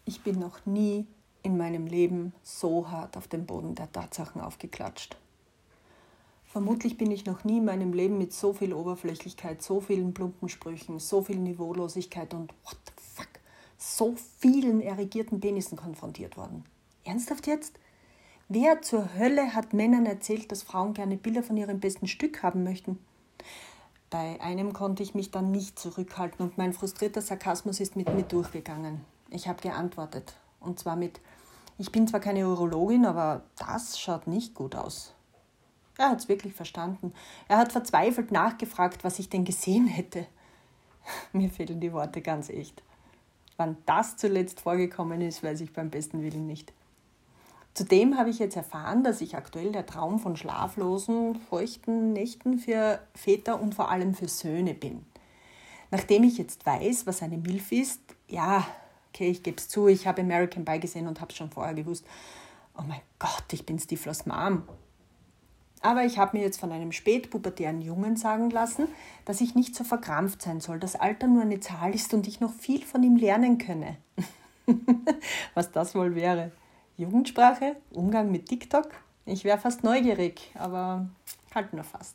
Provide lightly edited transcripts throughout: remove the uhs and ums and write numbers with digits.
Ich bin noch nie in meinem Leben so hart auf den Boden der Tatsachen aufgeklatscht. Vermutlich bin ich noch nie in meinem Leben mit so viel Oberflächlichkeit, so vielen plumpen Sprüchen, so viel Niveaulosigkeit und what the fuck, so vielen erregierten Penissen konfrontiert worden. Ernsthaft jetzt? Wer zur Hölle hat Männern erzählt, dass Frauen gerne Bilder von ihrem besten Stück haben möchten? Bei einem konnte ich mich dann nicht zurückhalten und mein frustrierter Sarkasmus ist mit mir durchgegangen. Ich habe geantwortet. Und zwar mit: Ich bin zwar keine Urologin, aber das schaut nicht gut aus. Er hat es wirklich verstanden. Er hat verzweifelt nachgefragt, was ich denn gesehen hätte. Mir fehlen die Worte ganz echt. Wann das zuletzt vorgekommen ist, weiß ich beim besten Willen nicht. Zudem habe ich jetzt erfahren, dass ich aktuell der Traum von schlaflosen, feuchten Nächten für Väter und vor allem für Söhne bin. Nachdem ich jetzt weiß, was eine MILF ist, ja, okay, ich gebe es zu, ich habe American Pie gesehen und habe es schon vorher gewusst. Oh mein Gott, ich bin Stiflers Mom. Aber ich habe mir jetzt von einem spätpubertären Jungen sagen lassen, dass ich nicht so verkrampft sein soll, dass Alter nur eine Zahl ist und ich noch viel von ihm lernen könne. Was das wohl wäre? Jugendsprache? Umgang mit TikTok? Ich wäre fast neugierig, aber halt nur fast.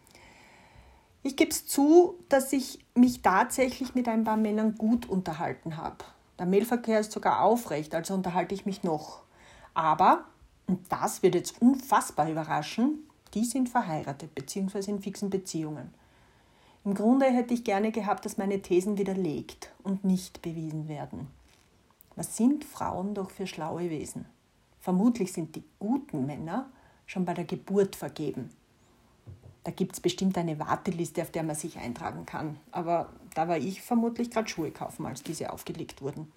Ich gebe es zu, dass ich mich tatsächlich mit ein paar Männern gut unterhalten habe. Der Mailverkehr ist sogar aufrecht, also unterhalte ich mich noch. Aber, und das wird jetzt unfassbar überraschen, die sind verheiratet bzw. in fixen Beziehungen. Im Grunde hätte ich gerne gehabt, dass meine Thesen widerlegt und nicht bewiesen werden. Was sind Frauen doch für schlaue Wesen? Vermutlich sind die guten Männer schon bei der Geburt vergeben. Da gibt es bestimmt eine Warteliste, auf der man sich eintragen kann. Aber da war ich vermutlich gerade Schuhe kaufen, als diese aufgelegt wurden.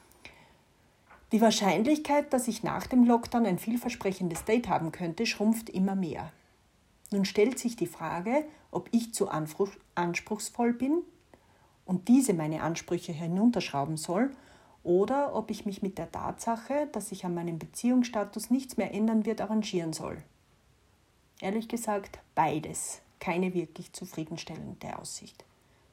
Die Wahrscheinlichkeit, dass ich nach dem Lockdown ein vielversprechendes Date haben könnte, schrumpft immer mehr. Nun stellt sich die Frage, ob ich zu anspruchsvoll bin und diese meine Ansprüche hinunterschrauben soll, oder ob ich mich mit der Tatsache, dass sich an meinem Beziehungsstatus nichts mehr ändern wird, arrangieren soll. Ehrlich gesagt, beides. Keine wirklich zufriedenstellende Aussicht.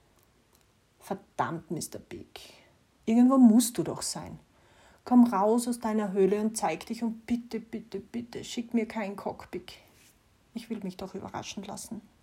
Verdammt, Mr. Big. Irgendwo musst du doch sein. Komm raus aus deiner Höhle und zeig dich und bitte, bitte, bitte, schick mir kein Cockpick. Ich will mich doch überraschen lassen.